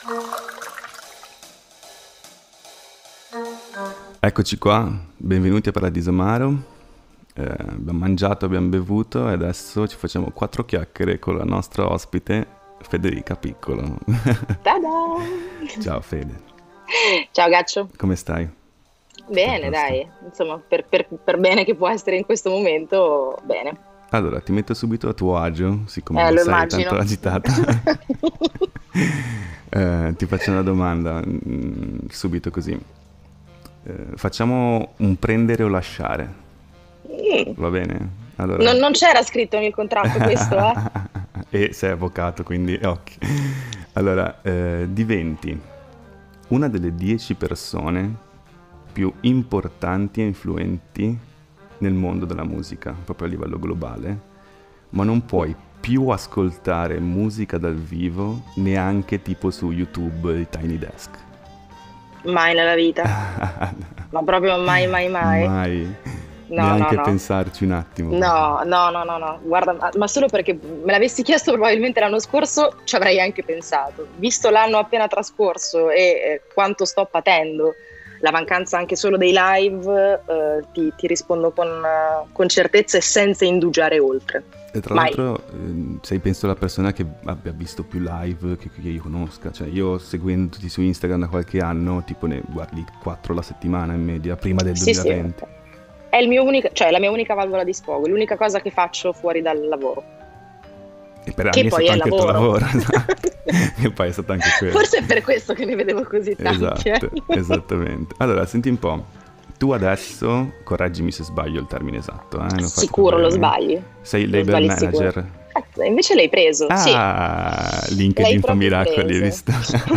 Eccoci qua, benvenuti a Paradiso Amaro. Abbiamo mangiato, abbiamo bevuto e adesso ci facciamo 4 chiacchiere con la nostra ospite Federica Piccolo. Ta-da! Ciao Fede, Ciao Gaccio. come stai? Bene, dai, insomma, per bene che può essere in questo momento, bene. Allora, ti metto subito a tuo agio, siccome non Lo sei immagino. tanto agitata. Ti faccio una domanda, subito così. Facciamo un prendere o lasciare, Mm. va bene? Allora... Non c'era scritto nel contratto questo, eh? E sei avvocato, quindi occhi. Allora, diventi una delle 10 persone più importanti e influenti nel mondo della musica, proprio a livello globale, ma non puoi più ascoltare musica dal vivo neanche tipo su YouTube di Tiny Desk. Mai nella vita. Ma proprio mai, mai, mai. Mai. No, Neanche no, no. pensarci un attimo. No. Guarda, ma solo perché me l'avessi chiesto probabilmente l'anno scorso ci avrei anche pensato. Visto l'anno appena trascorso e quanto sto patendo, la mancanza anche solo dei live, ti rispondo con certezza e senza indugiare oltre. E tra Mai. l'altro sei penso la persona che abbia visto più live che io conosca. Cioè io seguendoti su Instagram da qualche anno, tipo ne guardi 4 alla settimana in media, prima del Sì, 2020. sì. È il mio la mia unica valvola di sfogo, l'unica cosa che faccio fuori dal lavoro. E per Che anni è poi stato è anche il tuo lavoro. lavoro, esatto. E poi è stato anche quello. Forse è per questo che ne vedevo così tanti. Esatto, esattamente. Allora, senti un po'. Tu adesso, correggimi se sbaglio il termine esatto, l'ho fatto Sicuro lo bene. sbagli. Sei Lo label sbagli manager. sicuro. Invece l'hai preso, sì. Ah, LinkedIn L'hai fa proprio miracoli, hai preso. visto?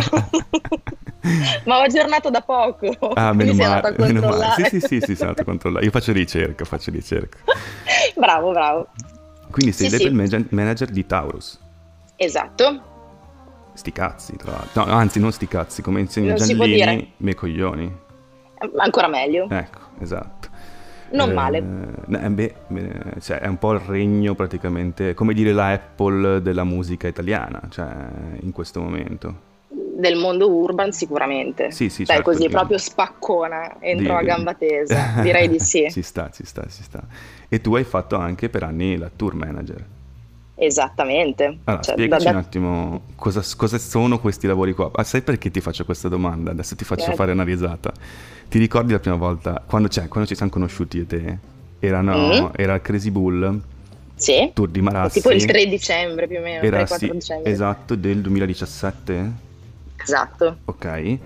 Ma ho aggiornato da poco, Ah, quindi meno sei andato male, a meno male. controllare. Sì, sono andato a controllare. Io faccio ricerca. Bravo. Quindi sei Sì, label sì, manager di Taurus. esatto. Sti cazzi, tra l'altro. No, anzi, non sti cazzi, come insegna Non si può dire. Giannini, me coglioni. Ancora meglio. Ecco, esatto. Non male. Cioè, è un po' il regno praticamente, come dire la Apple della musica italiana, cioè, in questo momento. Del mondo urban sicuramente. Sì, Dai, certo. così proprio spaccona, entro a Di- gamba tesa. Direi di sì. Ci sta. E tu hai fatto anche per anni la tour manager. Esattamente. Allora, Cioè, spiegaci un attimo cosa sono questi lavori qua. Ah, sai perché ti faccio questa domanda? Adesso ti faccio fare una risata. Ti ricordi la prima volta, quando ci siamo conosciuti io e te? mm, Era il Crazy Bull, sì, tour di è tipo il Marassi. 3 dicembre più o meno, Era 3-4 sì, dicembre. esatto, del 2017, Esatto. ok?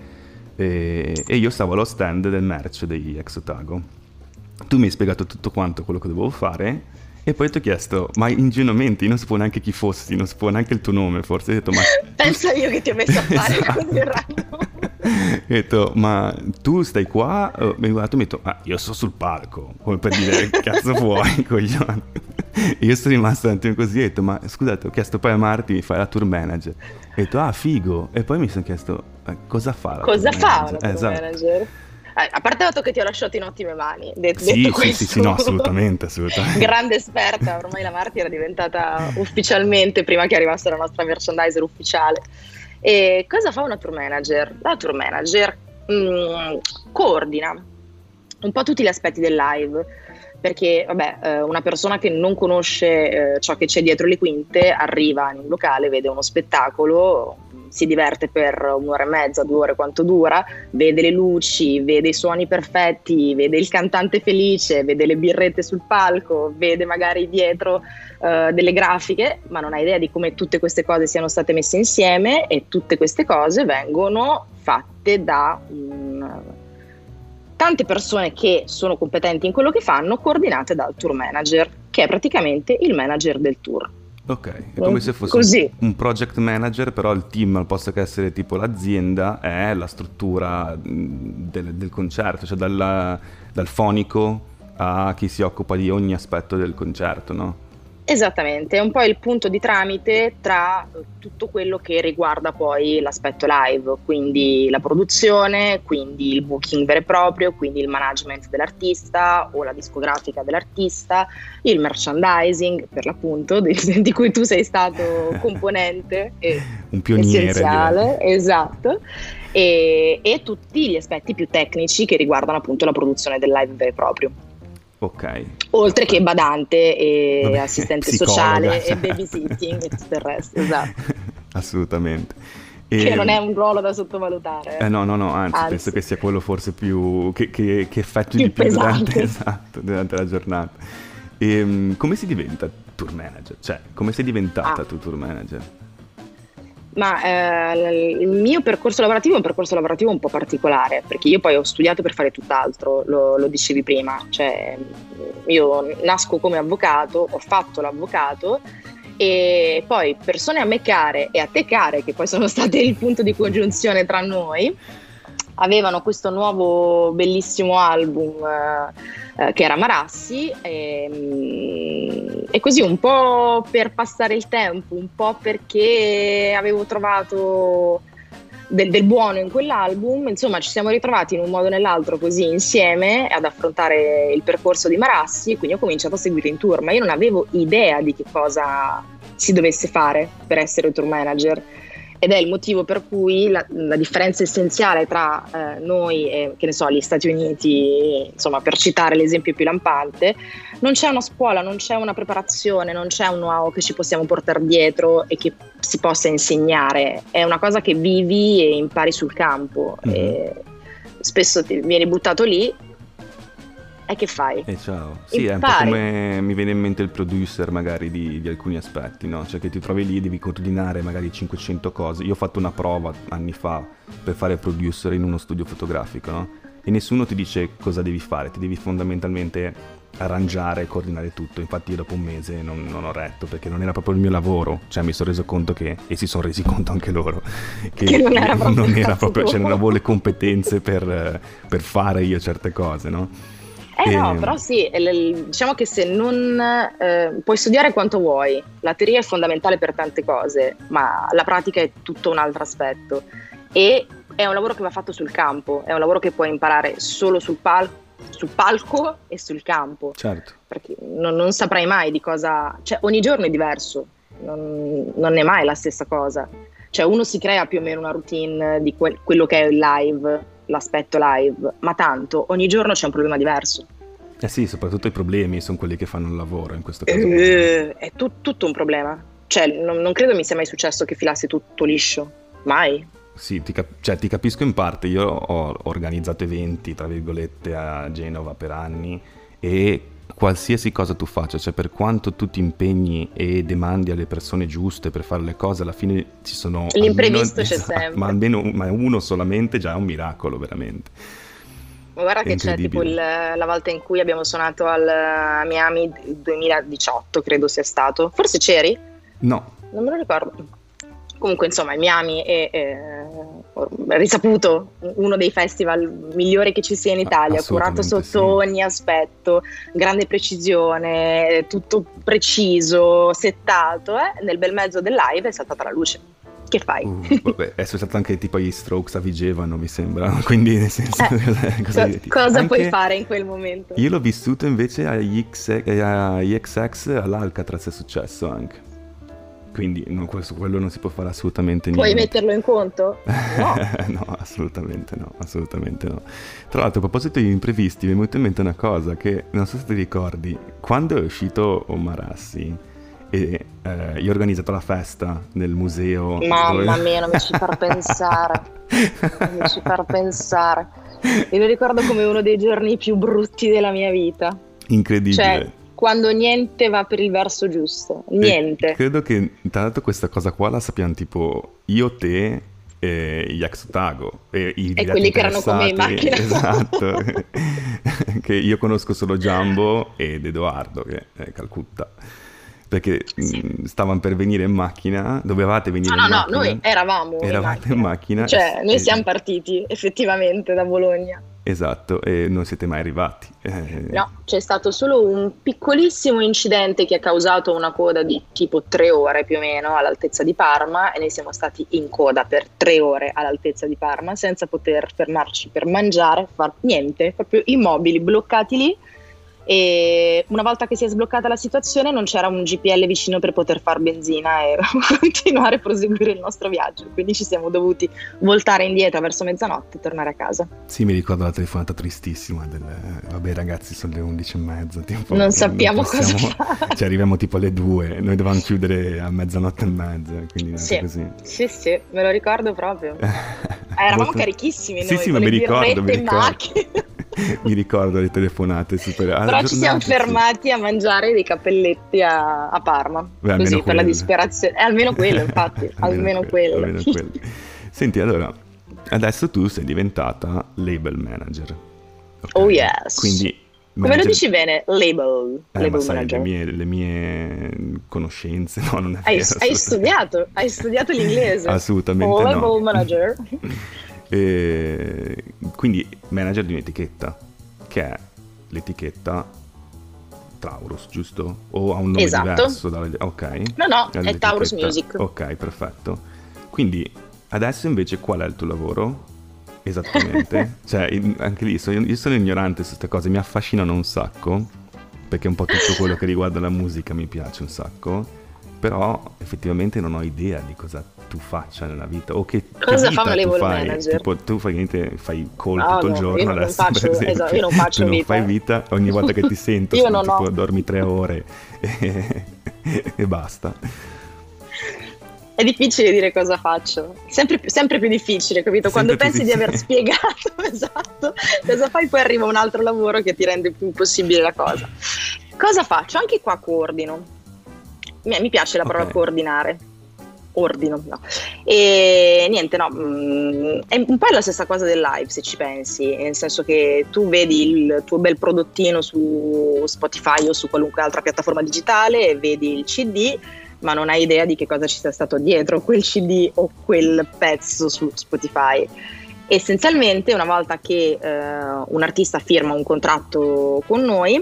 E io stavo allo stand del merch degli Ex Otago. Tu mi hai spiegato tutto quanto quello che dovevo fare e poi ti ho chiesto, ma ingenuamente, io non sapevo neanche chi fossi, non sapevo neanche il tuo nome, forse. Ho detto, ma tu Penso io che ti ho messo a fare Esatto. così random. Ho detto, ma tu stai qua? Mi ha guardato e mi ha detto, ma io sto sul palco, come per dire, che cazzo vuoi, coglione? E io sono rimasto un attimo così, ho detto, ma scusate, ho chiesto poi a Marti, mi fai la tour manager. Ho detto, ah, figo. E poi mi sono chiesto, cosa fa la Cosa tour fa manager? una tour Esatto. manager? A parte il fatto che ti ho lasciato in ottime mani, Sì, detto sì, questo, no, assolutamente. grande esperta, ormai la Marti era diventata ufficialmente, prima che arrivasse la nostra merchandiser ufficiale. E cosa fa una tour manager? La tour manager coordina un po' tutti gli aspetti del live, perché vabbè, una persona che non conosce ciò che c'è dietro le quinte arriva in un locale, vede uno spettacolo, si diverte per 1 ora e mezza, 2 ore, quanto dura, vede le luci, vede i suoni perfetti, vede il cantante felice, vede le birrette sul palco, vede magari dietro delle grafiche, ma non ha idea di come tutte queste cose siano state messe insieme, e tutte queste cose vengono fatte da tante persone che sono competenti in quello che fanno, coordinate dal tour manager, che è praticamente il manager del tour. Ok, è come se fosse Così. un project manager, però il team, al posto che essere tipo l'azienda, è la struttura del concerto, cioè dal fonico a chi si occupa di ogni aspetto del concerto, no? Esattamente, è un po' il punto di tramite tra tutto quello che riguarda poi l'aspetto live, quindi la produzione, quindi il booking vero e proprio, quindi il management dell'artista o la discografica dell'artista, il merchandising per l'appunto, di cui tu sei stato componente Un pioniere, essenziale, direi. esatto, e tutti gli aspetti più tecnici che riguardano appunto la produzione del live vero e proprio. Ok. Oltre che badante e Vabbè, assistente psicologa. sociale e babysitting e tutto il resto, esatto. Assolutamente. Che non è E, un ruolo da sottovalutare, no, no, no, anzi, penso anzi, che sia quello forse più che effetti di più più durante, pesante. esatto, durante la giornata. Come si diventa tour manager? Cioè, come sei diventata Ah, tu tour manager? ma il mio percorso lavorativo è un percorso lavorativo un po' particolare, perché io poi ho studiato per fare tutt'altro, lo dicevi prima, cioè io nasco come avvocato, ho fatto l'avvocato e poi persone a me care e a te care, che poi sono state il punto di congiunzione tra noi, avevano questo nuovo bellissimo album che era Marassi e così un po' per passare il tempo, un po' perché avevo trovato del buono in quell'album, insomma ci siamo ritrovati in un modo o nell'altro così insieme ad affrontare il percorso di Marassi e quindi ho cominciato a seguire in tour, ma io non avevo idea di che cosa si dovesse fare per essere tour manager. Ed è il motivo per cui la differenza essenziale tra noi e, che ne so, gli Stati Uniti, insomma, per citare l'esempio più lampante, non c'è una scuola, non c'è una preparazione, non c'è un know-how che ci possiamo portare dietro e che si possa insegnare. È una cosa che vivi e impari sul campo. Mhm. E spesso ti vieni buttato lì e che fai? E ciao. Sì, è un po' Impari. come mi viene in mente il producer magari di alcuni aspetti, no? Cioè che ti trovi lì, devi coordinare magari 500 cose. Io ho fatto una prova anni fa per fare producer in uno studio fotografico, no? E nessuno ti dice cosa devi fare, ti devi fondamentalmente arrangiare e coordinare tutto. Infatti io dopo un mese non ho retto perché non era proprio il mio lavoro, cioè mi sono reso conto che, e si sono resi conto anche loro, Che che non era proprio non il era cazzo proprio, cioè non tuo. avevo le competenze per fare io certe cose, no? No, E, però sì, diciamo che se non puoi studiare quanto vuoi, la teoria è fondamentale per tante cose, ma la pratica è tutto un altro aspetto. E è un lavoro che va fatto sul campo, è un lavoro che puoi imparare solo sul palco e sul campo, certo. perché non saprai mai di cosa, cioè ogni giorno è diverso, non è mai la stessa cosa. Cioè uno si crea più o meno una routine di quello che è il live, l'aspetto live, ma tanto, ogni giorno c'è un problema diverso. Eh sì, soprattutto i problemi sono quelli che fanno il lavoro in questo caso qua, no? È tutto un problema. Cioè, non credo mi sia mai successo che filassi tutto liscio. Mai. Sì, cioè, ti capisco in parte, io ho organizzato eventi, tra virgolette, a Genova per anni e qualsiasi cosa tu faccia, cioè per quanto tu ti impegni e demandi alle persone giuste per fare le cose, alla fine ci sono almeno, L'imprevisto c'è esatto, ma sempre. almeno ma uno solamente già è un miracolo, veramente. Ma guarda È che c'è tipo incredibile. la volta in cui abbiamo suonato a Miami 2018, credo sia stato. Forse c'eri? No, Non me lo ricordo. Comunque, insomma, il Miami è risaputo uno dei festival migliori che ci sia in Italia, curato assolutamente sotto sì. ogni aspetto, grande precisione, tutto preciso, settato. Nel bel mezzo del live è saltata la luce. Che fai? Vabbè, è stato anche tipo gli Strokes a Vigevano, mi sembra, quindi nel senso, cosa dirti? Cosa puoi Anche fare in quel momento? io l'ho vissuto invece agli XX all'Alcatraz è successo anche, quindi su quello non si può fare assolutamente Puoi niente. metterlo in conto? No. No, assolutamente no, assolutamente no. Tra l'altro, a proposito di imprevisti, mi è venuta in mente una cosa che non so se ti ricordi, quando è uscito Omarassi e io ho organizzato la festa nel museo dove... Mamma mia, non mi ci far pensare. Non mi ci far pensare. Io lo ricordo come uno dei giorni più brutti della mia vita. Cioè, Incredibile. quando niente va per il verso giusto. E Niente. credo che tra l'altro questa cosa qua la sappiamo tipo io, te e gli ex Otago e i E diretti quelli che erano con me in interessati, macchina. esatto, che io conosco solo Giambo ed Edoardo che è Calcutta, perché Sì. stavano per venire in macchina, dovevate venire in No, no, macchina, noi eravamo in eravate in macchina. macchina Cioè, noi siamo partiti effettivamente da Bologna. Esatto, e non siete mai arrivati. No, c'è stato solo un piccolissimo incidente che ha causato una coda di tipo 3 ore più o meno all'altezza di Parma, e noi siamo stati in coda per 3 ore all'altezza di Parma senza poter fermarci per mangiare, far niente, proprio immobili, bloccati lì. E una volta che si è sbloccata la situazione non c'era un GPL vicino per poter far benzina e continuare a proseguire il nostro viaggio, quindi ci siamo dovuti voltare indietro verso mezzanotte e tornare a casa. Sì, mi ricordo la telefonata tristissima vabbè ragazzi, sono le 11:30, tipo, non sappiamo cosa fare, cioè arriviamo tipo alle 2, noi dovevamo chiudere a 00:30, quindi sì, così. Sì, me lo ricordo proprio. Eravamo carichissimi noi, sì, con ma le birrette in macchina. Mi ricordo le telefonate super. Però ci siamo fermati a mangiare dei cappelletti a Parma. Beh, così per la disperazione. Almeno quello, infatti. almeno quello. Senti, allora, adesso tu sei diventata label manager. Okay? Oh yes. Quindi come lo dici bene? Label manager. Le mie conoscenze, no, non è hai studiato l'inglese. Assolutamente label no. Manager. Quindi manager di un'etichetta, che è l'etichetta Taurus, giusto? O ha un nome diverso? Ok. No, è Taurus Music. Ok, perfetto. Quindi adesso invece qual è il tuo lavoro? Esattamente. Cioè, anche lì io sono ignorante su queste cose, mi affascinano un sacco, perché un po' tutto quello che riguarda la musica mi piace un sacco, però effettivamente non ho idea di cosa tu faccia nella vita, o cosa fa un label manager. Tipo, tu fai call tutto il giorno, io adesso, non faccio, io non faccio tu vita. Non fai vita, ogni volta che ti sento io non tipo, dormi 3 ore e basta. È difficile dire cosa faccio, sempre più difficile, capito? Quando pensi di aver spiegato esatto cosa fai, poi arriva un altro lavoro che ti rende più impossibile la cosa. Cosa faccio? Anche qua coordino. Mi piace la parola coordinare. Ordino, no. E niente, no, è un po' la stessa cosa del live, se ci pensi, nel senso che tu vedi il tuo bel prodottino su Spotify o su qualunque altra piattaforma digitale e vedi il CD, ma non hai idea di che cosa ci sia stato dietro quel CD o quel pezzo su Spotify. Essenzialmente, una volta che un artista firma un contratto con noi,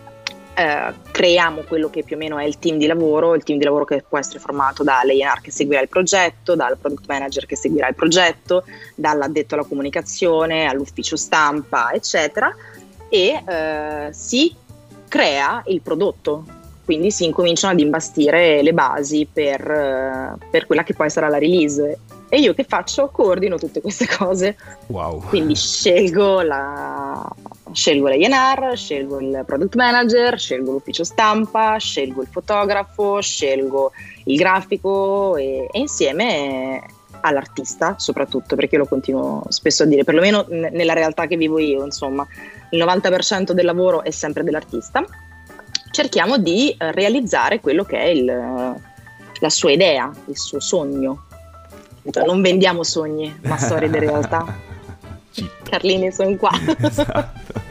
creiamo quello che più o meno è il team di lavoro che può essere formato dall'A&R che seguirà il progetto, dal product manager che seguirà il progetto, dall'addetto alla comunicazione, all'ufficio stampa, eccetera, e si crea il prodotto. Quindi si incominciano ad imbastire le basi per quella che poi sarà la release. E io che faccio? Coordino tutte queste cose. Wow. Quindi scelgo l'A&R, scelgo il product manager, scelgo l'ufficio stampa, scelgo il fotografo, scelgo il grafico e insieme all'artista soprattutto, perché lo continuo spesso a dire, perlomeno nella realtà che vivo io, insomma, il 90% del lavoro è sempre dell'artista. Cerchiamo di realizzare quello che è la sua idea, il suo sogno. Non vendiamo sogni, ma storie di realtà. Carlini, sono qua. Esatto.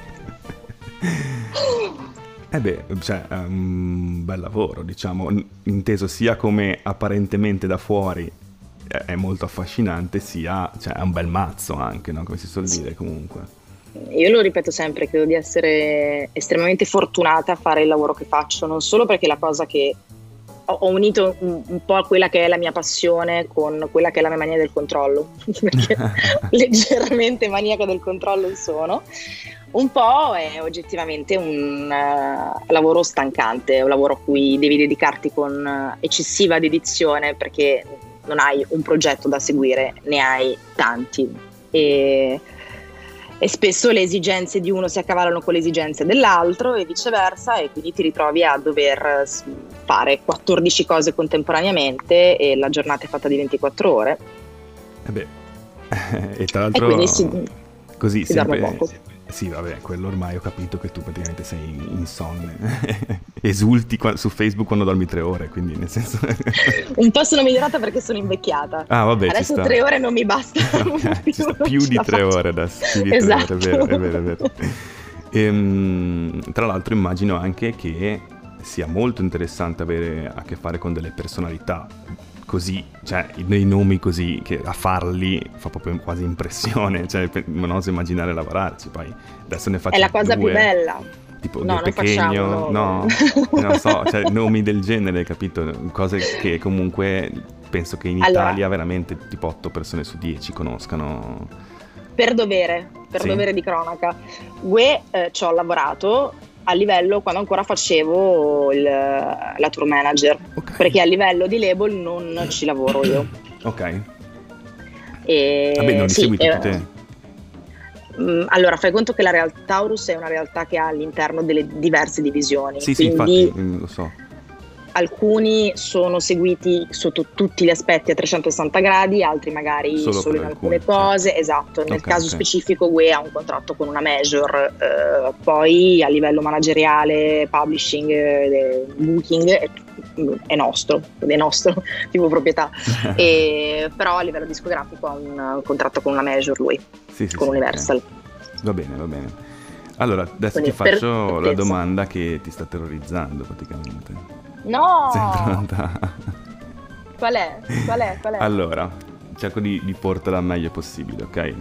Cioè, è un bel lavoro, diciamo, inteso sia come apparentemente da fuori è molto affascinante, sia, cioè, è un bel mazzo anche, no? Come si suol dire comunque. Io lo ripeto sempre, credo di essere estremamente fortunata a fare il lavoro che faccio, non solo perché la cosa che ho unito un po' a quella che è la mia passione con quella che è la mia mania del controllo, perché leggermente maniaca del controllo sono. Un po' è oggettivamente un lavoro stancante, è un lavoro a cui devi dedicarti con eccessiva dedizione, perché non hai un progetto da seguire, ne hai tanti e spesso le esigenze di uno si accavallano con le esigenze dell'altro e viceversa, e quindi ti ritrovi a dover fare 14 cose contemporaneamente e la giornata è fatta di 24 ore. E tra l'altro e quindi così si sempre dorme poco. Sì, vabbè, quello ormai ho capito che tu praticamente sei insonne. Esulti su Facebook quando dormi 3 ore, quindi nel senso... Un po' sono migliorata perché sono invecchiata. Ah, vabbè, adesso 3 ore non mi bastano. Okay, più di 3 ore adesso. Più di 3 esatto. ore, è vero. Tra l'altro immagino anche che sia molto interessante avere a che fare con delle personalità così, cioè dei nomi così, che a farli fa proprio quasi impressione, cioè non oso immaginare lavorarci. Poi adesso ne faccio È la cosa più due, bella. tipo No, De non facciamo Pequeño, no, non so, cioè nomi del genere, capito? Cose che comunque penso che in Allora, Italia veramente tipo 8 persone su 10 conoscano. per dovere Sì? di cronaca, Gue ci ho lavorato a livello quando ancora facevo la tour manager, Ok. perché a livello di label non ci lavoro io. Ok. Vabbè, non li Sì, segui tutti te? allora fai conto che la realtà Taurus è una realtà che ha all'interno delle diverse divisioni, Sì, infatti, quindi lo so. alcuni sono seguiti sotto tutti gli aspetti a 360 gradi, altri magari Solo solo per in alcune alcuni, cose, certo. esatto. Nel Ok, caso ok. specifico UE ha un contratto con una major, poi a livello manageriale, publishing, booking è nostro, tipo proprietà, però a livello discografico ha un contratto con una major lui, Sì, con Universal. ok. Va bene, va bene. Allora, adesso Quindi ti faccio la pensa. domanda che ti sta terrorizzando praticamente. Sei No! pronta? Qual è? Allora, cerco di portarla al meglio possibile, ok?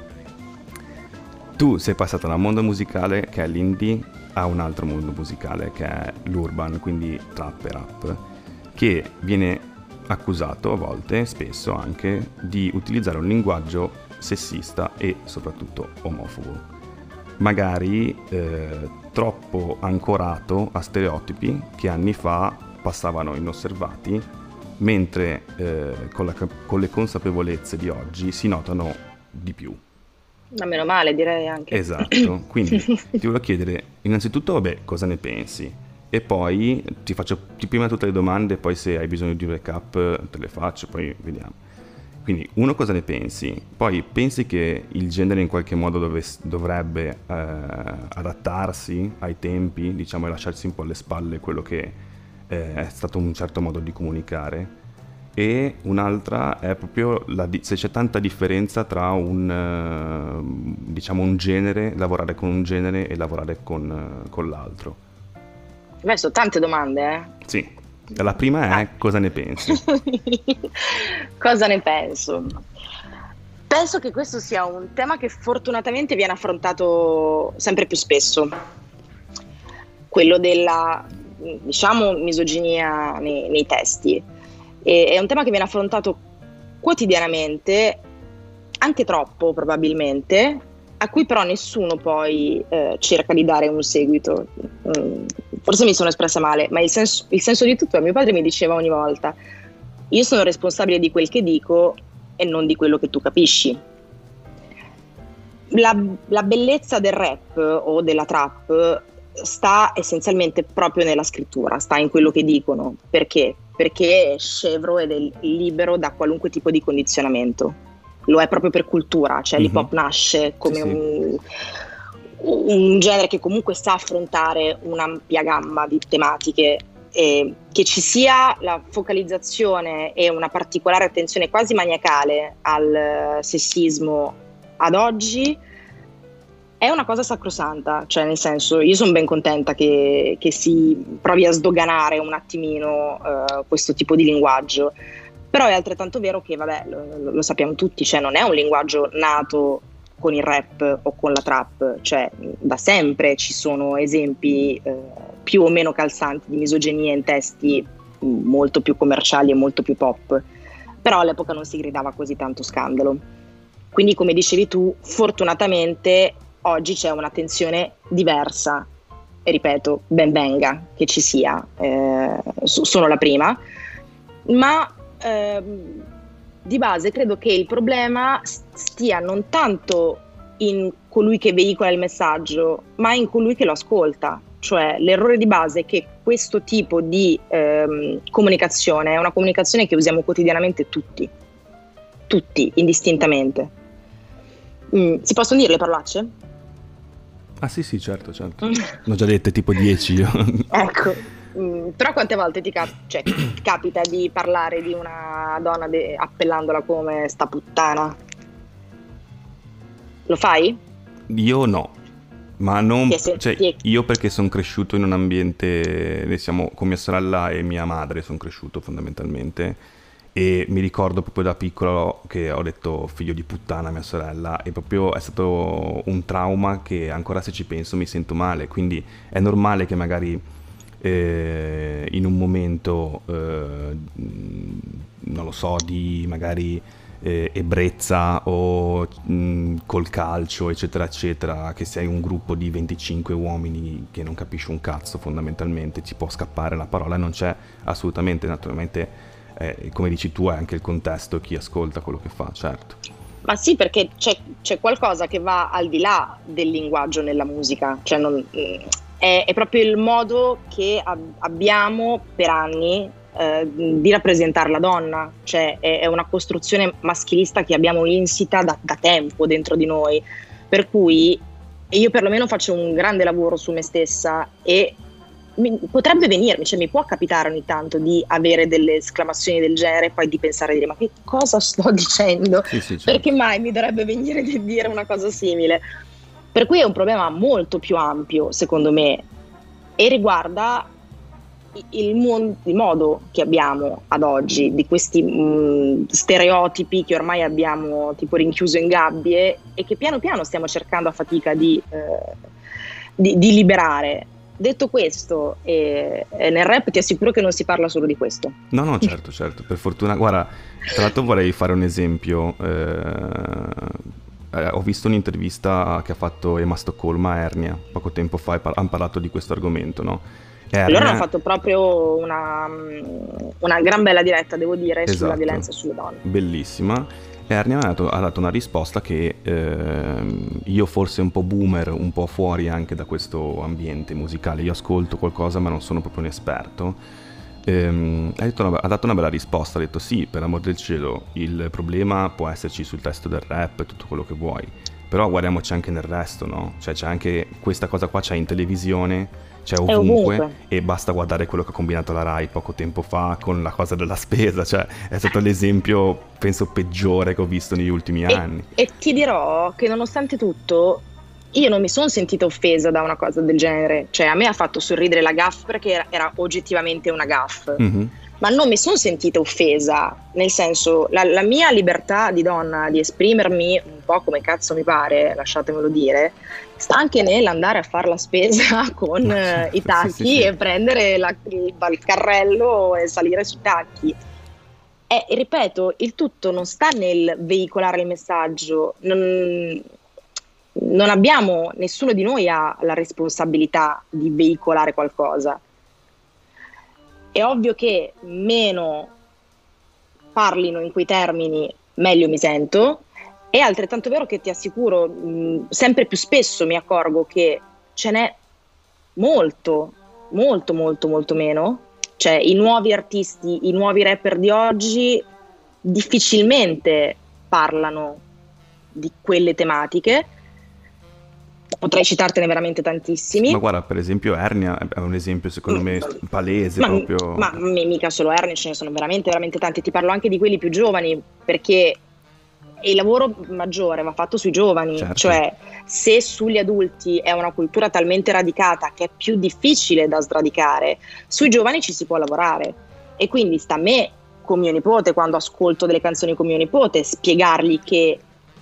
Tu sei passata da un mondo musicale che è l'indie a un altro mondo musicale che è l'urban, quindi trap e rap, che viene accusato a volte, spesso anche, di utilizzare un linguaggio sessista e soprattutto omofobo. Magari troppo ancorato a stereotipi che anni fa passavano inosservati, mentre con le consapevolezze di oggi si notano di più. Ma meno male, direi anche. Esatto, quindi ti volevo chiedere innanzitutto, vabbè, cosa ne pensi? E poi ti faccio prima tutte le domande, poi se hai bisogno di un recap te le faccio, poi vediamo. Quindi, uno, cosa ne pensi? Poi, pensi che il genere in qualche modo dovrebbe adattarsi ai tempi, diciamo, e lasciarsi un po' alle spalle quello che è stato un certo modo di comunicare? E un'altra è proprio se c'è tanta differenza tra diciamo un genere, lavorare con un genere e lavorare con l'altro. Beh, sono tante domande, eh? Sì, la prima è cosa ne pensi? Cosa ne penso? Penso che questo sia un tema che fortunatamente viene affrontato sempre più spesso. Quello della, diciamo, misoginia nei testi. È un tema che viene affrontato quotidianamente, anche troppo probabilmente, a cui però nessuno poi cerca di dare un seguito. Forse mi sono espressa male, ma il senso di tutto, mio padre mi diceva ogni volta: io sono responsabile di quel che dico e non di quello che tu capisci. La bellezza del rap o della trap sta essenzialmente proprio nella scrittura, sta in quello che dicono. Perché? Perché è scevro ed è libero da qualunque tipo di condizionamento. Lo è proprio per cultura, cioè l'hip hop nasce come un genere che comunque sa affrontare un'ampia gamma di tematiche, e che ci sia la focalizzazione e una particolare attenzione quasi maniacale al sessismo ad oggi è una cosa sacrosanta, cioè nel senso, io sono ben contenta che si provi a sdoganare un attimino questo tipo di linguaggio, però è altrettanto vero che, vabbè, lo sappiamo tutti, cioè non è un linguaggio nato con il rap o con la trap, cioè da sempre ci sono esempi più o meno calzanti di misoginia in testi molto più commerciali e molto più pop, però all'epoca non si gridava così tanto scandalo. Quindi, come dicevi tu, fortunatamente oggi c'è un'attenzione diversa e ripeto, ben venga che ci sia, sono la prima, ma di base credo che il problema stia non tanto in colui che veicola il messaggio, ma in colui che lo ascolta. Cioè l'errore di base è che questo tipo di comunicazione è una comunicazione che usiamo quotidianamente tutti, indistintamente. Si possono dire le parolacce? Ah sì, certo. Ne ho già dette tipo 10 io. Ecco, però quante volte ti capita di parlare di una donna appellandola come sta puttana? Lo fai? Io no, ma non, cioè, io perché sono cresciuto in un ambiente, con mia sorella e mia madre sono cresciuto fondamentalmente, E mi ricordo proprio da piccolo che ho detto figlio di puttana a mia sorella, e proprio è stato un trauma che ancora se ci penso mi sento male, quindi è normale che magari in un momento, non lo so, di magari ebbrezza o col calcio, eccetera, eccetera, che sei un gruppo di 25 uomini che non capisci un cazzo fondamentalmente, ci può scappare la parola e non c'è assolutamente, naturalmente, come dici tu, è anche il contesto e chi ascolta quello che fa, certo. Ma sì, perché c'è qualcosa che va al di là del linguaggio nella musica, cioè è proprio il modo che abbiamo per anni di rappresentare la donna, cioè è una costruzione maschilista che abbiamo insita da tempo dentro di noi, per cui io perlomeno faccio un grande lavoro su me stessa e potrebbe venirmi, cioè mi può capitare ogni tanto di avere delle esclamazioni del genere e poi di pensare, dire ma che cosa sto dicendo, Sì, sì, certo. perché mai mi dovrebbe venire di dire una cosa simile, per cui è un problema molto più ampio secondo me e riguarda il modo che abbiamo ad oggi di questi stereotipi che ormai abbiamo tipo rinchiuso in gabbie e che piano piano stiamo cercando a fatica di liberare. Detto questo, nel rap ti assicuro che non si parla solo di questo. No, no, certo, certo, per fortuna. Guarda, tra l'altro vorrei fare un esempio. Ho visto un'intervista che ha fatto Emma Stoccolma a Ernia poco tempo fa e hanno parlato di questo argomento, no? Loro hanno fatto proprio una gran bella diretta, devo dire, esatto, sulla violenza sulle donne. Bellissima. E Ernia ha dato una risposta che io forse un po' boomer, un po' fuori anche da questo ambiente musicale, io ascolto qualcosa ma non sono proprio un esperto, ha dato una bella risposta, ha detto sì, per l'amor del cielo, il problema può esserci sul testo del rap e tutto quello che vuoi, però guardiamoci anche nel resto, no? Cioè c'è anche questa cosa qua, c'è in televisione, c'è ovunque, e basta guardare quello che ha combinato la Rai poco tempo fa con la cosa della spesa, cioè è stato l'esempio penso peggiore che ho visto negli ultimi anni. E ti dirò che nonostante tutto io non mi sono sentita offesa da una cosa del genere, cioè a me ha fatto sorridere la gaffe perché era oggettivamente una gaffe, ma non mi sono sentita offesa, nel senso la mia libertà di donna di esprimermi un po' come cazzo mi pare, lasciatemelo dire, sta anche nell'andare a fare la spesa con i tacchi sì. E prendere il carrello e salire sui tacchi. E ripeto, il tutto non sta nel veicolare il messaggio, non abbiamo, nessuno di noi ha la responsabilità di veicolare qualcosa. È ovvio che meno parlino in quei termini, meglio mi sento. È altrettanto vero che ti assicuro, sempre più spesso mi accorgo che ce n'è molto meno. Cioè i nuovi artisti, i nuovi rapper di oggi difficilmente parlano di quelle tematiche. Potrei citartene veramente tantissimi. Ma guarda, per esempio Ernia è un esempio secondo me palese proprio. Ma mica solo Ernia, ce ne sono veramente tanti. Ti parlo anche di quelli più giovani, perché il lavoro maggiore va fatto sui giovani, certo. Cioè se sugli adulti è una cultura talmente radicata che è più difficile da sradicare, sui giovani ci si può lavorare, e quindi sta a me con mio nipote, quando ascolto delle canzoni con mio nipote, spiegargli che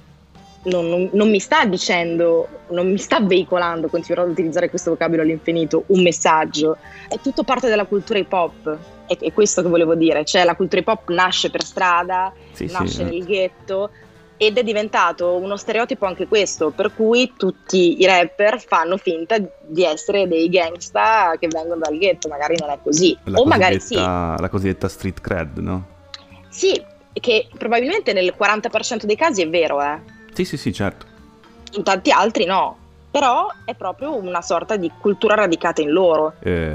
non mi sta dicendo, non mi sta veicolando, continuerò ad utilizzare questo vocabolo all'infinito, un messaggio, è tutto parte della cultura hip hop. È questo che volevo dire, cioè la cultura hip hop nasce per strada, nasce nel ghetto, ed è diventato uno stereotipo anche questo, per cui tutti i rapper fanno finta di essere dei gangsta che vengono dal ghetto, magari non è così, o magari sì. La cosiddetta street cred, no? Sì, che probabilmente nel 40% dei casi è vero, Sì, certo. In tanti altri no, però è proprio una sorta di cultura radicata in loro.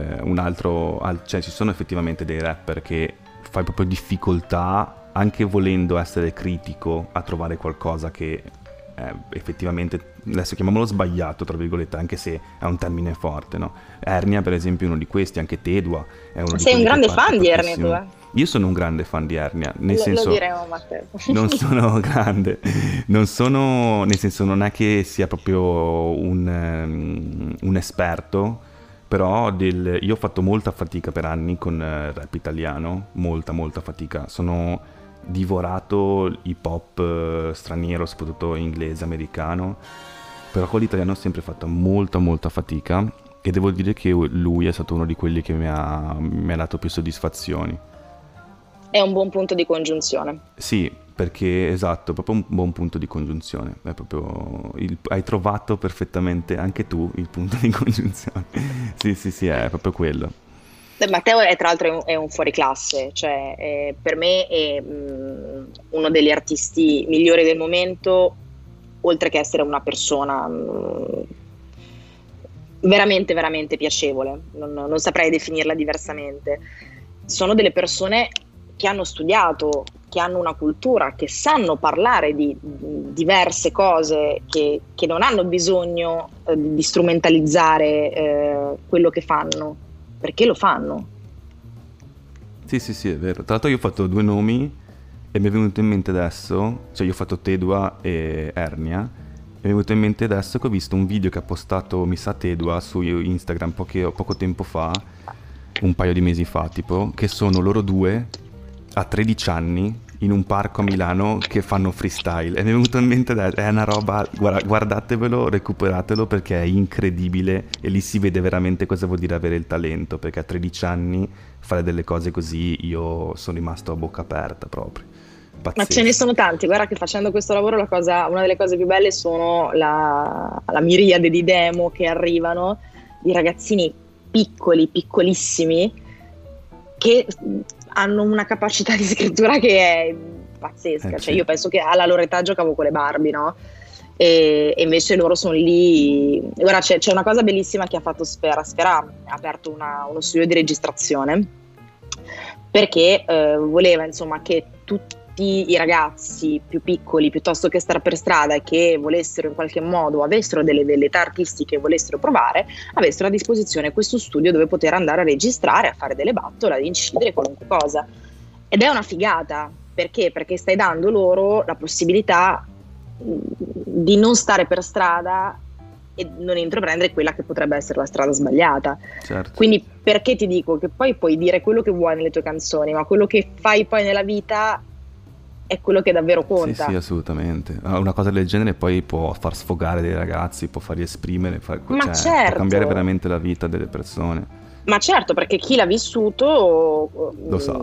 Cioè ci sono effettivamente dei rapper che fai proprio difficoltà, anche volendo essere critico, a trovare qualcosa che è effettivamente, adesso chiamiamolo sbagliato tra virgolette, anche se è un termine forte, no? Ernia per esempio è uno di questi, anche Tedua è uno di Sei un grande fan di Ernia tu, Io sono un grande fan di Ernia, nel senso... Lo diremo, Matteo. Non sono grande, nel senso non è che sia proprio un esperto, però io ho fatto molta fatica per anni con rap italiano, molta fatica. Sono divorato hip hop straniero, soprattutto inglese, americano, però con l'italiano ho sempre fatto molta fatica, e devo dire che lui è stato uno di quelli che mi ha dato più soddisfazioni. È un buon punto di congiunzione. Sì, perché esatto, è proprio un buon punto di congiunzione. È proprio hai trovato perfettamente anche tu il punto di congiunzione. Sì, è proprio quello. Matteo è tra l'altro è un fuoriclasse, cioè per me è uno degli artisti migliori del momento, oltre che essere una persona veramente piacevole, non saprei definirla diversamente. Sono delle persone che hanno studiato, che hanno una cultura, che sanno parlare di diverse cose, che non hanno bisogno di strumentalizzare quello che fanno, perché lo fanno. Sì, è vero. Tra l'altro io ho fatto 2 nomi e mi è venuto in mente adesso, cioè io ho fatto Tedua e Ernia, e mi è venuto in mente adesso che ho visto un video che ha postato, mi sa, Tedua su Instagram poco tempo fa, un paio di mesi fa tipo, che sono loro due a 13 anni in un parco a Milano che fanno freestyle, e mi è venuto in mente è una roba, guardatevelo, recuperatelo, perché è incredibile e lì si vede veramente cosa vuol dire avere il talento, perché a 13 anni fare delle cose così io sono rimasto a bocca aperta proprio. Pazzesco. Ma ce ne sono tanti, guarda che facendo questo lavoro una delle cose più belle sono la miriade di demo che arrivano di ragazzini piccolissimi che hanno una capacità di scrittura che è pazzesca, cioè sì. io penso che alla loro età giocavo con le Barbie, no? E invece loro sono lì. Guarda, c'è una cosa bellissima che ha fatto Sfera ha aperto uno studio di registrazione perché voleva insomma che tutti i ragazzi più piccoli, piuttosto che stare per strada e che volessero in qualche modo, avessero delle età artistiche e volessero provare, avessero a disposizione questo studio dove poter andare a registrare, a fare delle battole, ad incidere, qualunque cosa. Ed è una figata, perché? Perché stai dando loro la possibilità di non stare per strada e non intraprendere quella che potrebbe essere la strada sbagliata. Certo. Quindi perché ti dico che poi puoi dire quello che vuoi nelle tue canzoni, ma quello che fai poi nella vita è quello che davvero conta. Sì, assolutamente. Una cosa del genere poi può far sfogare dei ragazzi, può farli esprimere, Ma cioè, certo. può cambiare veramente la vita delle persone. Ma certo, perché chi l'ha vissuto Lo sa.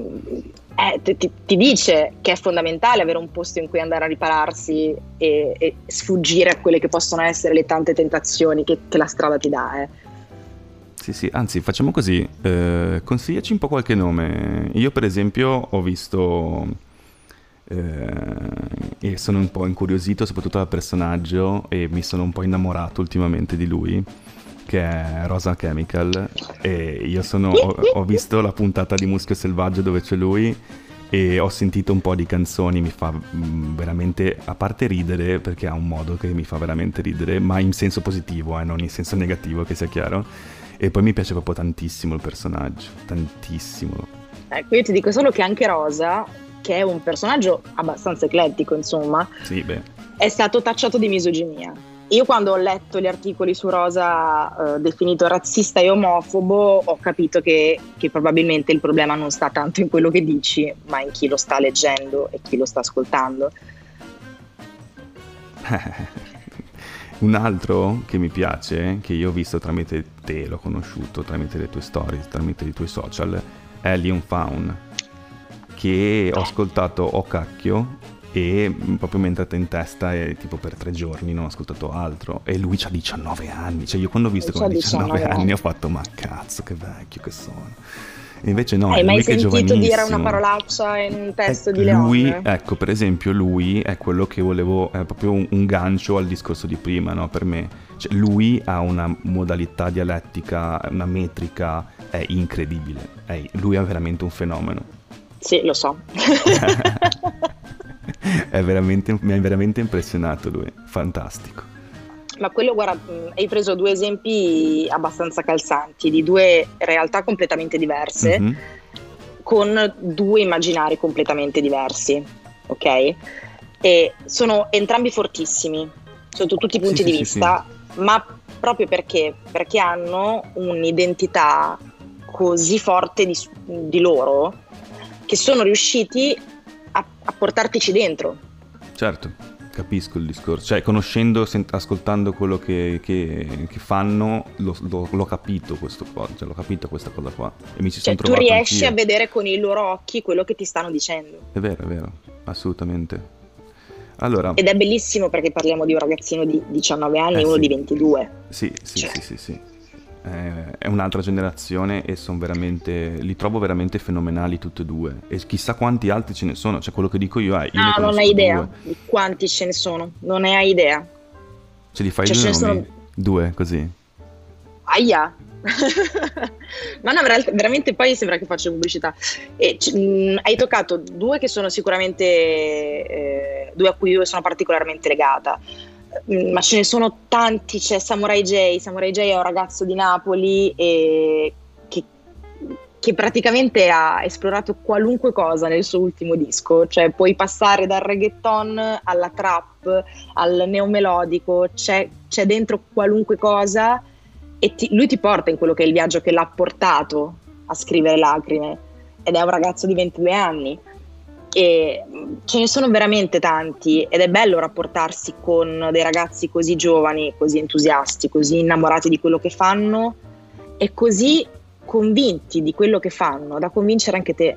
ti dice che è fondamentale avere un posto in cui andare a ripararsi e sfuggire a quelle che possono essere le tante tentazioni che la strada ti dà. Sì, anzi, facciamo così, consigliaci un po' qualche nome. Io per esempio ho visto e sono un po' incuriosito soprattutto dal personaggio, e mi sono un po' innamorato ultimamente di lui, che è Rosa Chemical, e io ho visto la puntata di Muschio Selvaggio dove c'è lui, e ho sentito un po' di canzoni, mi fa veramente, a parte ridere, perché ha un modo che mi fa veramente ridere, ma in senso positivo, non in senso negativo, che sia chiaro, e poi mi piace proprio tantissimo il personaggio, tantissimo. Ecco, io ti dico solo che anche Rosa, che è un personaggio abbastanza eclettico, insomma, sì, è stato tacciato di misoginia. Io quando ho letto gli articoli su Rosa definito razzista e omofobo, ho capito che probabilmente il problema non sta tanto in quello che dici, ma in chi lo sta leggendo e chi lo sta ascoltando. Un altro che mi piace, che io ho visto tramite te, l'ho conosciuto tramite le tue stories, tramite i tuoi social, è Leon Faun, che ho ascoltato o cacchio, e proprio mi è entrata in testa, e tipo per 3 giorni non ho ascoltato altro, e lui c'ha 19 anni, cioè io quando ho visto che aveva 19 anni ho fatto ma cazzo che vecchio che sono, e invece no, hai è mai lui che è sentito dire una giovanissimo. parolaccia in un testo di Leon? Lui, ecco, per esempio lui è quello che volevo, è proprio un gancio al discorso di prima, no, per me, cioè lui ha una modalità dialettica, una metrica, è incredibile, lui è veramente un fenomeno. Sì, lo so. Mi ha veramente impressionato lui, fantastico. Ma quello, guarda, hai preso 2 esempi abbastanza calzanti di 2 realtà completamente diverse, con 2 immaginari completamente diversi, ok? E sono entrambi fortissimi sotto tutti i punti di vista, ma proprio perché hanno un'identità così forte di loro che sono riusciti a portartici dentro. Certo, capisco il discorso, cioè conoscendo, ascoltando quello che fanno, l'ho capito questo qua, cioè l'ho capito questa cosa qua e mi ci sono trovato tu riesci anch'io. a vedere con i loro occhi quello che ti stanno dicendo. È vero, assolutamente. Allora, ed è bellissimo perché parliamo di un ragazzino di 19 anni e uno sì. di 22. Sì. È un'altra generazione e li trovo veramente fenomenali tutti e due. E chissà quanti altri ce ne sono. Cioè, quello che dico io è. Io ne No, non conosco hai idea due. di quanti ce ne sono. Non ne hai idea. Ce li fai Cioè, due ce ne nomi? Due, così. Aia! Ma no, veramente poi sembra che faccio pubblicità. Hai toccato due che sono sicuramente due a cui io sono particolarmente legata. Ma ce ne sono tanti. C'è Samurai J. Samurai J è un ragazzo di Napoli che praticamente ha esplorato qualunque cosa nel suo ultimo disco, cioè puoi passare dal reggaeton alla trap, al neomelodico, c'è dentro qualunque cosa e lui ti porta in quello che è il viaggio che l'ha portato a scrivere Lacrime, ed è un ragazzo di 22 anni. E ce ne sono veramente tanti ed è bello rapportarsi con dei ragazzi così giovani, così entusiasti, così innamorati di quello che fanno e così convinti di quello che fanno da convincere anche te.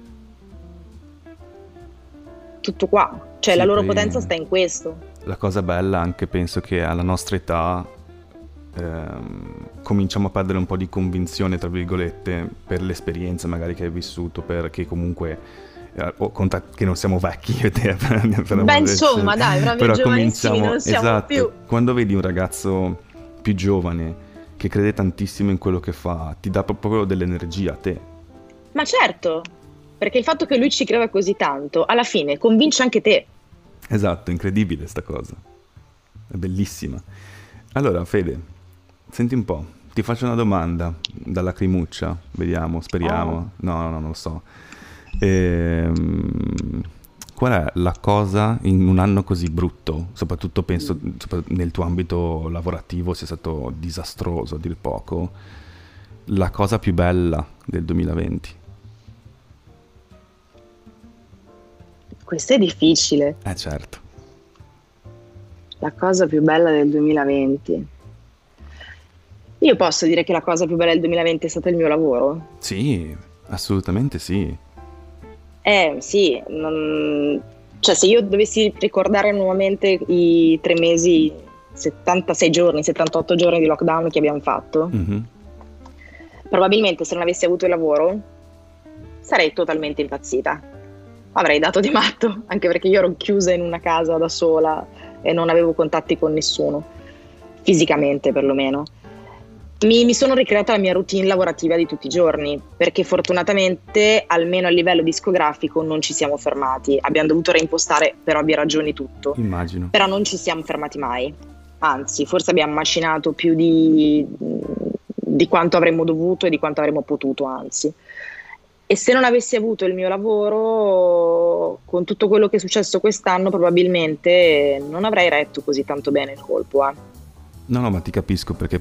Tutto qua, cioè Sì, la loro poi potenza sta in questo. La cosa bella anche penso che alla nostra età cominciamo a perdere un po' di convinzione, tra virgolette, per l'esperienza magari che hai vissuto, perché comunque conta che non siamo vecchi io e te, Beh, insomma, dai, proprio però giovanissimi non siamo esatto, più. quando vedi un ragazzo più giovane che crede tantissimo in quello che fa, ti dà proprio dell'energia a te. Ma certo, perché il fatto che lui ci creda così tanto, alla fine convince anche te. Esatto, incredibile sta cosa. È bellissima. Allora, Fede, senti un po', ti faccio una domanda da lacrimuccia, vediamo, speriamo. No, non lo so. Qual è la cosa in un anno così brutto, soprattutto penso nel tuo ambito lavorativo sia stato disastroso a dir poco, la cosa più bella del 2020? Questo è difficile. Certo. La cosa più bella del 2020. Io posso dire che la cosa più bella del 2020 è stato il mio lavoro? Sì, assolutamente sì. Sì, cioè se io dovessi ricordare nuovamente i 3 mesi, 76 giorni, 78 giorni di lockdown che abbiamo fatto, probabilmente se non avessi avuto il lavoro sarei totalmente impazzita. Avrei dato di matto, anche perché io ero chiusa in una casa da sola e non avevo contatti con nessuno, fisicamente perlomeno. Mi sono ricreata la mia routine lavorativa di tutti i giorni, perché fortunatamente almeno a livello discografico non ci siamo fermati. Abbiamo dovuto reimpostare per ovvie ragioni tutto. Immagino. Però non ci siamo fermati mai. Anzi, forse abbiamo macinato più di quanto avremmo dovuto e di quanto avremmo potuto, anzi. E se non avessi avuto il mio lavoro, con tutto quello che è successo quest'anno, probabilmente non avrei retto così tanto bene il colpo. No, ma ti capisco perché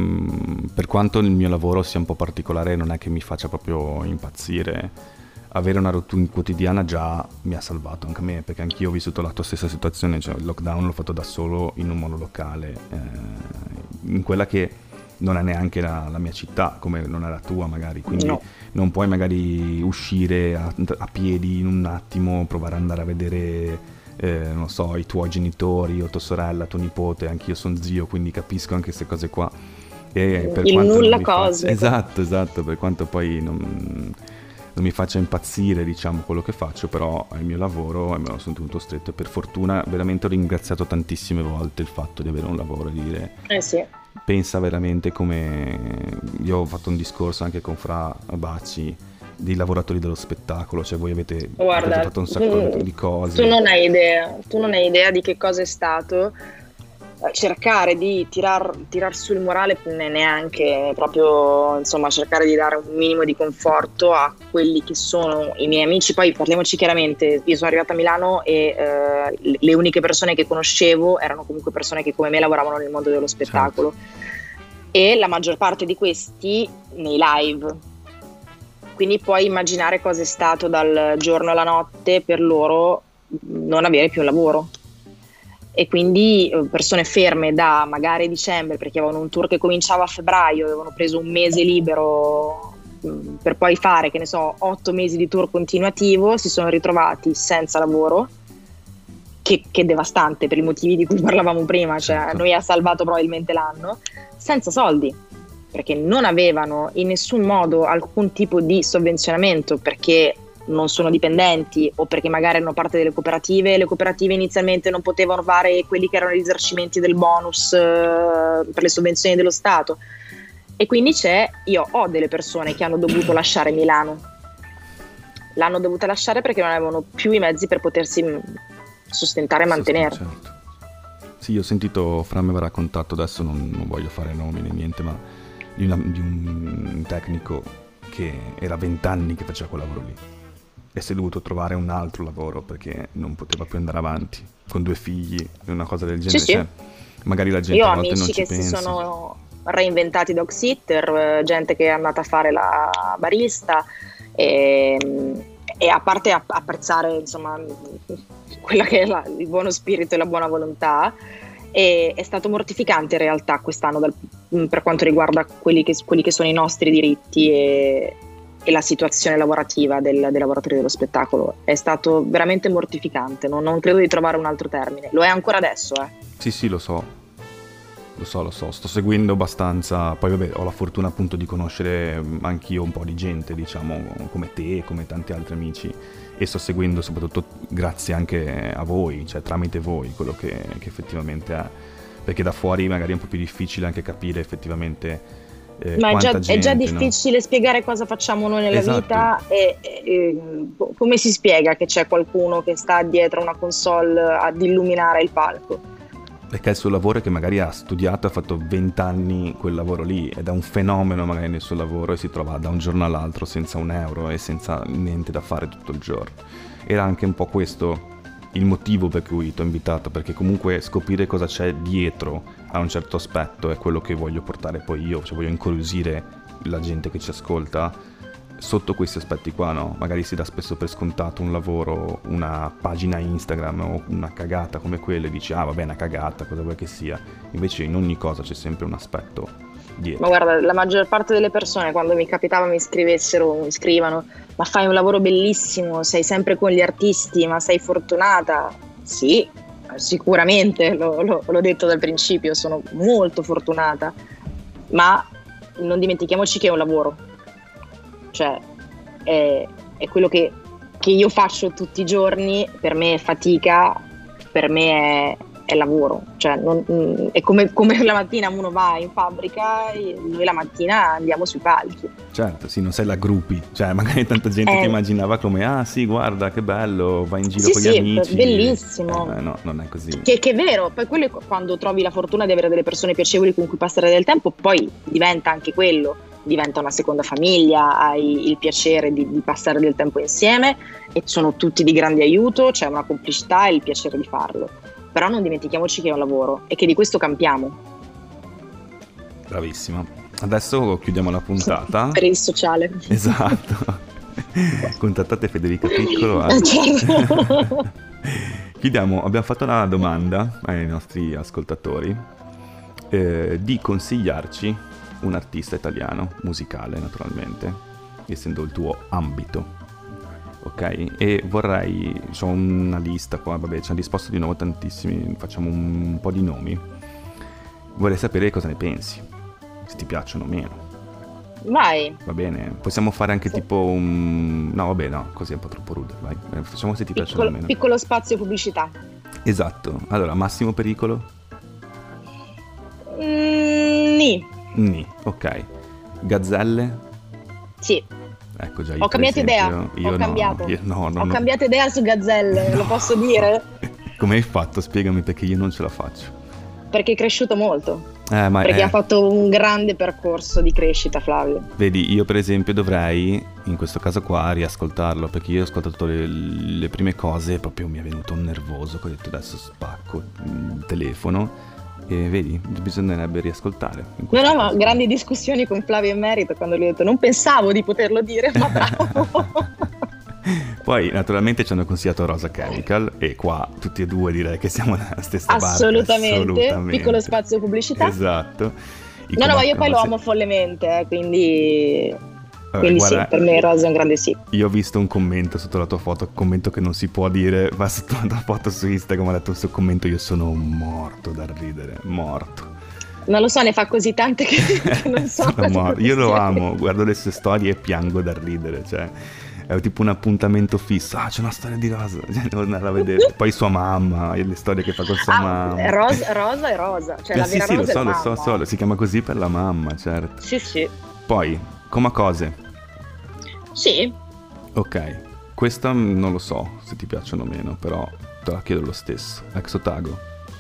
per quanto il mio lavoro sia un po' particolare non è che mi faccia proprio impazzire. Avere una routine quotidiana già mi ha salvato anche a me, perché anch'io ho vissuto la tua stessa situazione, cioè il lockdown l'ho fatto da solo in un monolocale, in quella che non è neanche la mia città, come non è la tua magari, quindi no. Non puoi magari uscire a piedi in un attimo, provare ad andare a vedere... non so, i tuoi genitori o tua sorella, tuo nipote, anche io sono zio, quindi capisco anche queste cose qua. E per il quanto nulla cose. Esatto, per quanto poi non mi faccia impazzire, diciamo, quello che faccio, però è il mio lavoro e me lo sono tenuto stretto e per fortuna veramente ho ringraziato tantissime volte il fatto di avere un lavoro e di dire sì. Pensa veramente come io ho fatto un discorso anche con Fra Bacci dei lavoratori dello spettacolo, cioè voi avete fatto un sacco di cose. Tu non hai idea di che cosa è stato cercare di tirar su il morale, neanche proprio, insomma, cercare di dare un minimo di conforto a quelli che sono i miei amici. Poi parliamoci chiaramente, io sono arrivata a Milano e le uniche persone che conoscevo erano comunque persone che come me lavoravano nel mondo dello spettacolo. Certo. e la maggior parte di questi nei live. Quindi puoi immaginare cosa è stato dal giorno alla notte per loro non avere più un lavoro. E quindi persone ferme da magari dicembre, perché avevano un tour che cominciava a febbraio, avevano preso un mese libero per poi fare, che ne so, 8 mesi di tour continuativo, si sono ritrovati senza lavoro, che è devastante per i motivi di cui parlavamo prima, cioè noi ha salvato probabilmente l'anno, senza soldi, perché non avevano in nessun modo alcun tipo di sovvenzionamento, perché non sono dipendenti o perché magari erano parte delle cooperative. Le cooperative inizialmente non potevano fare quelli che erano i risarcimenti del bonus per le sovvenzioni dello Stato, e quindi io ho delle persone che hanno dovuto lasciare Milano, l'hanno dovuta lasciare perché non avevano più i mezzi per potersi sostentare e mantenere. Certo. Sì, io ho sentito, Fra mi aveva raccontato, adesso non voglio fare nomi né niente, ma di un tecnico che era 20 anni che faceva quel lavoro lì e si è dovuto trovare un altro lavoro perché non poteva più andare avanti con 2 figli, una cosa del genere. Sì. Cioè, magari la gente Io ho a volte non amici ci che pensa. si sono reinventati dog sitter, gente che è andata a fare la barista, e a parte apprezzare insomma quella che è il buono spirito e la buona volontà, è stato mortificante in realtà quest'anno per quanto riguarda quelli che sono i nostri diritti e la situazione lavorativa dei lavoratori dello spettacolo. È stato veramente mortificante, non credo di trovare un altro termine, lo è ancora adesso. Sì, lo so, sto seguendo abbastanza, poi vabbè ho la fortuna appunto di conoscere anch'io un po' di gente, diciamo, come te, come tanti altri amici, e sto seguendo soprattutto grazie anche a voi, cioè tramite voi, quello che effettivamente è, perché da fuori magari è un po' più difficile anche capire effettivamente Ma quanta è già gente, no? difficile spiegare cosa facciamo noi nella Esatto. vita, e come si spiega che c'è qualcuno che sta dietro una console ad illuminare il palco? Perché è il suo lavoro, che magari ha studiato, ha fatto 20 anni quel lavoro lì ed è un fenomeno magari nel suo lavoro e si trova da un giorno all'altro senza un euro e senza niente da fare tutto il giorno. Era anche un po' questo il motivo per cui ti ho invitato, perché comunque scoprire cosa c'è dietro a un certo aspetto è quello che voglio portare poi io, cioè voglio incuriosire la gente che ci ascolta sotto questi aspetti qua, no? Magari si dà spesso per scontato un lavoro, una pagina Instagram o una cagata come quella e dici ah vabbè, una cagata, cosa vuoi che sia, invece in ogni cosa c'è sempre un aspetto dietro. Ma guarda, la maggior parte delle persone quando mi capitava mi scrivano: ma fai un lavoro bellissimo, sei sempre con gli artisti, ma sei fortunata? Sì, sicuramente, l'ho detto dal principio, sono molto fortunata, ma non dimentichiamoci che è un lavoro, cioè è quello che io faccio tutti i giorni. Per me è fatica, per me è lavoro, cioè è come la mattina uno va in fabbrica e noi la mattina andiamo sui palchi. Certo, sì, non sei la groupie, cioè magari tanta gente ti immaginava come ah sì, guarda che bello, vai in giro con gli amici. Bellissimo. No, non è così. Che è vero, poi quello quando trovi la fortuna di avere delle persone piacevoli con cui passare del tempo, poi diventa anche quello, diventa una seconda famiglia, hai il piacere di passare del tempo insieme e sono tutti di grande aiuto, c'è una complicità e il piacere di farlo. Però non dimentichiamoci che è un lavoro e che di questo campiamo. Bravissima. Adesso chiudiamo la puntata. Per il sociale. Esatto. Contattate Federica Piccolo. Certo. Chiudiamo, abbiamo fatto una domanda ai nostri ascoltatori di consigliarci un artista italiano, musicale naturalmente, essendo il tuo ambito. Ok, e vorrei, ho una lista qua, vabbè, ci hanno risposto di nuovo tantissimi, facciamo un po' di nomi. Vorrei sapere cosa ne pensi, se ti piacciono o meno. Vai. Va bene, possiamo fare anche tipo un... No, vabbè, no, così è un po' troppo rude, vai. Facciamo se ti piacciono o meno. Piccolo spazio pubblicità. Esatto, allora, massimo pericolo? Ni, ok. Gazzelle? Sì. Ecco già, io Ho cambiato idea, io ho no, cambiato. Ho cambiato idea su Gazzelle, lo posso dire? Come hai fatto? Spiegami, perché io non ce la faccio. Perché è cresciuto molto. Perché ha fatto un grande percorso di crescita, Flavio. Vedi, io per esempio dovrei, in questo caso qua, riascoltarlo, perché io ho ascoltato le prime cose e proprio mi è venuto un nervoso, che ho detto adesso spacco il telefono E vedi, bisognerebbe riascoltare. No, ma grandi discussioni con Flavio in merito quando gli ho detto non pensavo di poterlo dire, ma bravo. Poi naturalmente ci hanno consigliato Rosa Chemical e qua tutti e due direi che siamo nella stessa barca. Assolutamente, piccolo spazio pubblicità. Esatto. No, ma io poi lo amo follemente, quindi guarda, sì, per me Rosa è un grande sì. Io ho visto un commento sotto la tua foto, commento che non si può dire, va sotto la tua foto su Instagram, ha letto questo commento, io sono morto dal ridere, morto. Non lo so, ne fa così tante che non so cosa io lo amo, guardo le sue storie e piango dal ridere, cioè è tipo un appuntamento fisso, c'è una storia di Rosa, devo andare a vedere. Poi sua mamma, le storie che fa con sua mamma. Rosa è Rosa, cioè la vera Rosa è la mamma. Lo so, si chiama così per la mamma, certo. Sì. Poi, come cose? Sì. Ok, questa non lo so se ti piacciono o meno, però te la chiedo lo stesso. Ex Otago.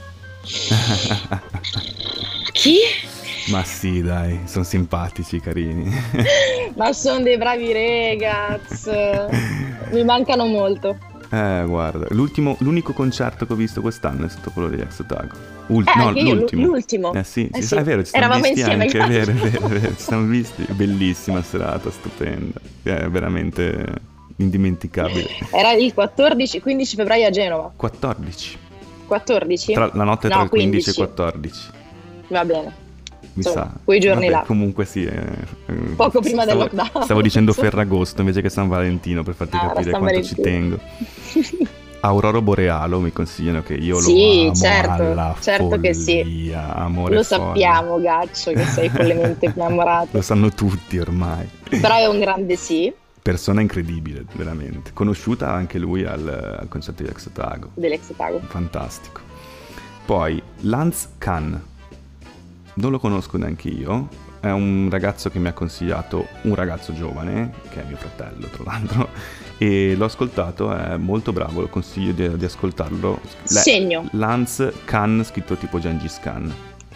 Chi? Ma sì, dai, sono simpatici, carini. Ma sono dei bravi ragazzi. Mi mancano molto. Guarda, l'unico concerto che ho visto quest'anno è stato quello di Ex Otago. L'ultimo. Sì. È vero, ci siamo visti anche, è vero, ci siamo visti. Bellissima serata, stupenda. È veramente indimenticabile. Era il 14-15 febbraio a Genova. 14. La notte tra il 15 e il 14. Va bene. Mi sa. Quei giorni là. Comunque sì. Poco prima del lockdown. Stavo dicendo Ferragosto invece che San Valentino per farti capire quanto Valentino. Ci tengo. Aurora Borealo mi consigliano che io lo amo alla certo follia, che sì. Amore lo folle. Sappiamo, Gaccio, che sei follemente innamorato. Lo sanno tutti ormai. Però è un grande sì. Persona incredibile, veramente. Conosciuta anche lui al concerto di Ex Otago. Dell'Ex Otago. Fantastico. Poi Lance Kahn. Non lo conosco neanche io. È un ragazzo che mi ha consigliato, un ragazzo giovane, che è mio fratello tra l'altro, e l'ho ascoltato, è molto bravo, lo consiglio di ascoltarlo. Segno. Lance Kahn, scritto tipo Gengis Khan.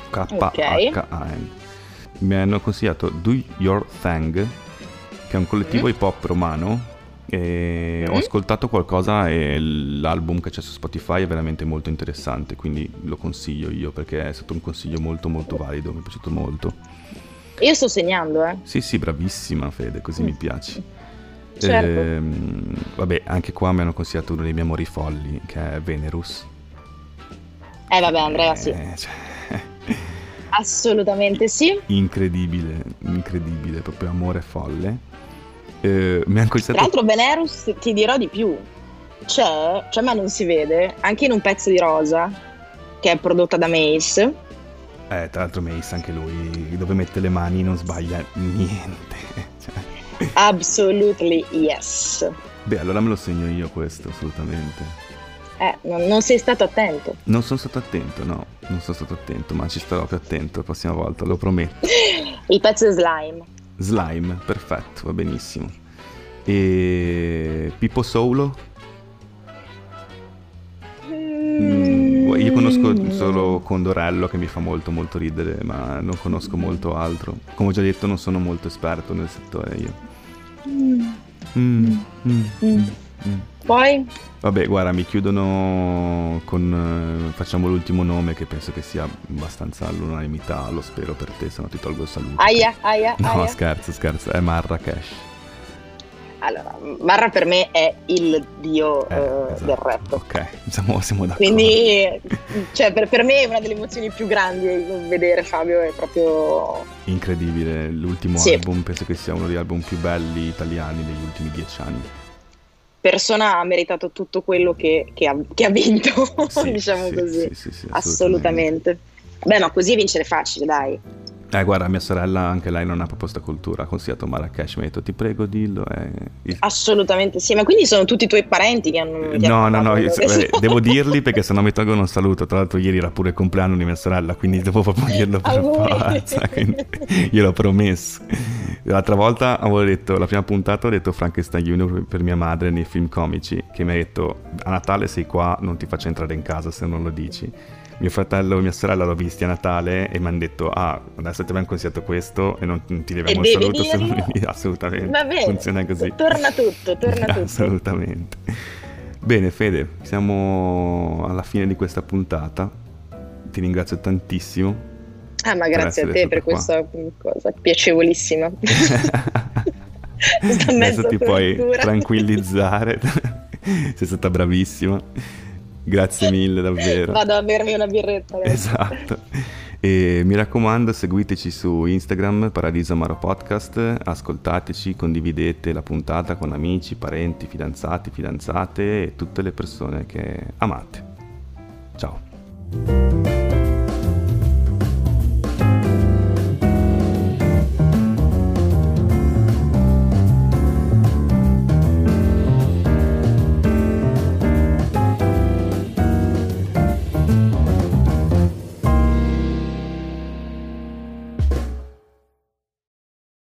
K-H-A-N. Mi hanno consigliato Do Your Thing, che è un collettivo hip hop romano, e ho ascoltato qualcosa e l'album che c'è su Spotify è veramente molto interessante, quindi lo consiglio io perché è stato un consiglio molto molto valido, mi è piaciuto molto. Io sto segnando, Sì, bravissima Fede, così mi piaci. Certo. Vabbè, anche qua mi hanno consigliato uno dei miei amori folli, che è Venerus. Vabbè, Andrea, sì. Assolutamente sì. Incredibile, proprio amore folle. Mi hanno consigliato... Tra l'altro Venerus, ti dirò di più, c'è, ma non si vede, anche in un pezzo di Rosa, che è prodotta da Mace. Tra l'altro Mace, anche lui, dove mette le mani non sbaglia niente. Absolutely yes. Beh, allora me lo segno io questo, assolutamente. Non sei stato attento. Non sono stato attento, no. Non sono stato attento, ma ci starò più attento la prossima volta, lo prometto. Il pezzo è Slime. Slime, perfetto, va benissimo. E Pippo Soulo? Io conosco solo Condorello che mi fa molto molto ridere, ma non conosco molto altro. Come ho già detto non sono molto esperto nel settore io. Poi? Vabbè, guarda, mi chiudono con facciamo l'ultimo nome che penso che sia abbastanza all'unanimità, lo spero per te, se no ti tolgo il saluto. Aia. No, scherzo, è Marrakesh. Allora, Marra per me è il dio esatto. del rap. Ok, siamo d'accordo. Quindi, cioè, per me è una delle emozioni più grandi vedere Fabio, è proprio... incredibile, l'ultimo album, penso che sia uno degli album più belli italiani degli ultimi 10 anni. Persona ha meritato tutto quello che ha vinto, diciamo così. Sì, assolutamente. Beh, ma così vincere facile, dai. Guarda, mia sorella, anche lei non ha proprio sta cultura, ha consigliato Marrakesh, mi ha detto ti prego dillo. Assolutamente sì, ma quindi sono tutti i tuoi parenti che hanno... No, devo dirli perché sennò mi tolgono un saluto, tra l'altro ieri era pure il compleanno di mia sorella, quindi devo proprio dirlo per forza, quindi gliel'ho promesso. L'altra volta avevo detto, la prima puntata ho detto Frankenstein Junior per mia madre nei film comici, che mi ha detto a Natale sei qua, non ti faccio entrare in casa se non lo dici. Mio fratello e mia sorella l'ho visti a Natale e mi hanno detto adesso ti abbiamo consigliato questo e non ti leviamo il saluto se non mi... assolutamente. Va bene, funziona così, torna tutto assolutamente. Bene Fede, siamo alla fine di questa puntata. ti ringrazio tantissimo. Ma grazie a te per questa cosa piacevolissima. Adesso ti puoi tranquillizzare. Sei stata bravissima. Grazie mille davvero. Vado a bermi una birretta adesso. Esatto. E mi raccomando, seguiteci su Instagram, Paradiso Amaro Podcast, ascoltateci, condividete la puntata con amici, parenti, fidanzati, fidanzate e tutte le persone che amate. Ciao.